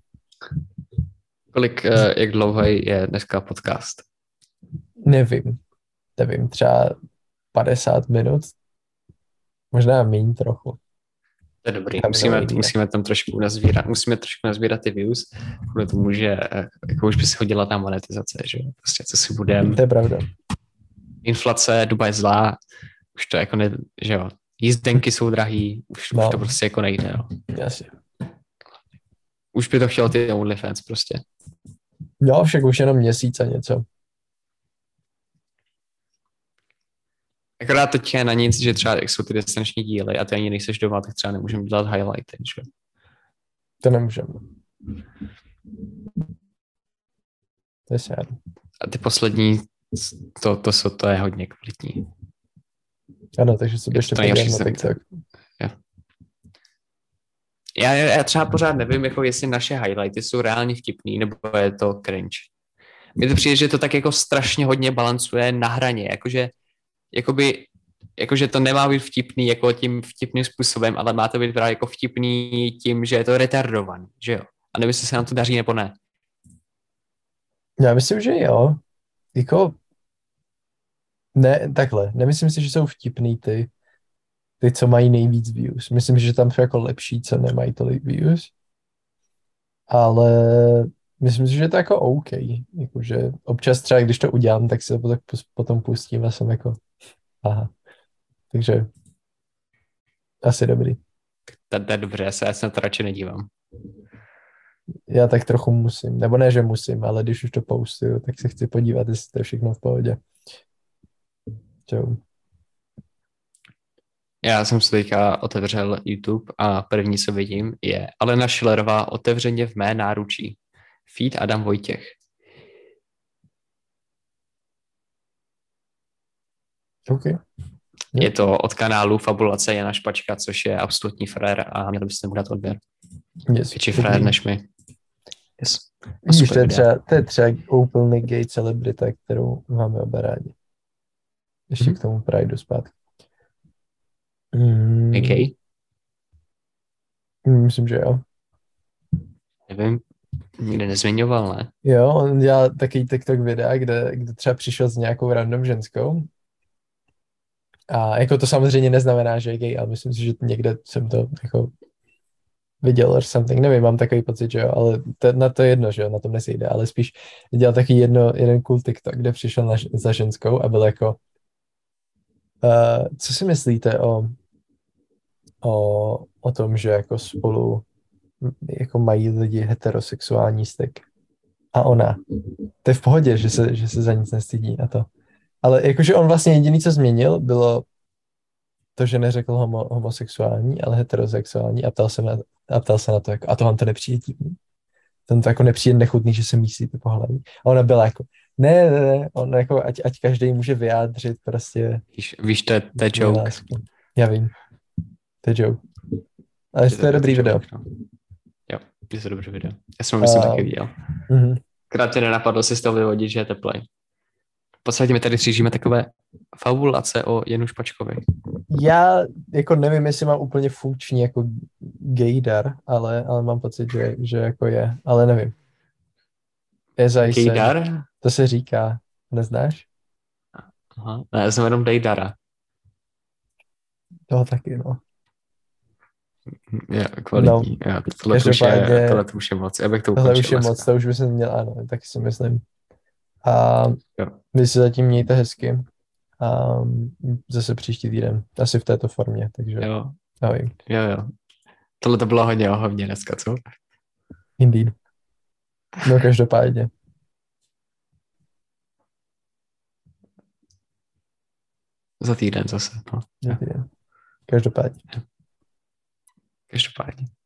Kolik, uh, jak dlouhý je dneska podcast? Nevím. Nevím, třeba padesát minut. Možná méně trochu. To je dobrý, musíme, musíme tam trošku nazbírat, musíme trošku nazbírat ty views, kvůli tomu, že jako už by se hodila ta monetizace, že prostě co si budeme. To je pravda. Inflace, doba je zlá, už to jako ne, že jo, jízdenky jsou drahý, už, no. už to prostě jako nejde, no. Jasně. Už by to chtělo ty OnlyFans prostě. Jo, však už jenom měsíc a něco. Akorát teď je na nic, že třeba jak jsou ty distanční díly a ty ani nejseš doma, tak třeba nemůžeme dělat highlighty, že? To nemůžeme. To je sad. A ty poslední, to, to, to, to je hodně kvalitní. Ano, takže se ještě podívám na TikTok. Já, já třeba pořád nevím, jako jestli naše highlighty jsou reálně vtipný, nebo je to cringe. Mně to přijde, že to tak jako strašně hodně balancuje na hraně, jakože, jakoby, jakože to nemá být vtipný jako tím vtipným způsobem, ale má to být právě jako vtipný tím, že je to retardovaný, že jo? A nevím, jestli se nám to daří nebo ne. Já myslím, že jo. Jako, ne, takhle, nemyslím si, že jsou vtipný ty, ty, co mají nejvíc views. Myslím, že tam jsou jako lepší, co nemají tolik views. Ale myslím si, že je to jako OK. Jakože občas třeba, když to udělám, tak se to potom, potom pustím a jsem jako, aha. Takže asi dobrý. To, to je dobře, já se, já se na to radši nedívám. Já tak trochu musím, nebo ne, že musím, ale když už to postuju, tak se chci podívat, jestli to je všechno v pohodě. Čau. Já jsem si teďka otevřel YouTube a první, co vidím, je Alena Schillerová otevřeně v mé náručí. Feed Adam Vojtěch. OK. Je to od kanálu Fabulace Jana Špačka, což je absolutní frér a měl byste mu dát odběr. Yes. Větší frér než my. Yes. Víš, to je, třeba, to je třeba úplný gay celebrita, kterou máme oba rádi. Ještě mm-hmm. k tomu Prideu zpátky. Mm. Je gay? Myslím, že jo. Nevím, nikdy nezmiňoval, ne? Jo, on dělal takový TikTok videa, kde, kde třeba přišel s nějakou random ženskou. A jako to samozřejmě neznamená, že je gay, ale myslím si, že někde jsem to jako viděl or something, nevím, mám takový pocit, že jo, ale to, na to jedno, že jo, na tom nesejde, ale spíš dělal taky jedno, jeden cool TikTok, kde přišel na, za ženskou a byl jako uh, co si myslíte o, o, o tom, že jako spolu jako mají lidi heterosexuální styk a ona, to je v pohodě, že se, že se za nic nestydí a to. Ale jakože on vlastně jediný, co změnil, bylo to, že neřekl homo, homosexuální, ale heterosexuální a ptal se na, a ptal se na to, jako, a to vám to nepřijde divný? Ten to jako nepřijde nechutný, že se mísíte pohlaví. A ona byla jako, ne, ne, ne, on jako, ať, ať každý může vyjádřit prostě. Víš, víš to, je, to je joke. Lásku. Já vím. To je joke. Ale je to, to je dobrý video. No. Jo, je to dobrý video. Já jsem ho myslím uh, taky viděl. Uh-huh. Krát tě nenapadlo si z toho vyvodit, že je teplej. V podstatě my tady střížíme takové fabulace o Janu Špačkovi. Já jako nevím, jestli mám úplně funkční jako gaydar, ale, ale mám pocit, že, že jako je, ale nevím. Je zajisté. Gaydar? To se říká. Neznáš? Aha, ne, já jsem jenom Dejdara. To taky, no. Je, kvalitní. No, já, tohle, to už je, tohle to už je moc. Já bych to tohle ukončil. Tohle už je moc, to už bych měl, ano, taky si myslím. A jo. Vy si zatím mějte hezky. A zase příští týden. Asi v této formě, takže jo. ahoj. Jo, jo. Tohle to bylo hodně ohovně dneska, co? Indeed. No každopádně. Za týden zase. No. Za týden. Každopádně. Každopádně.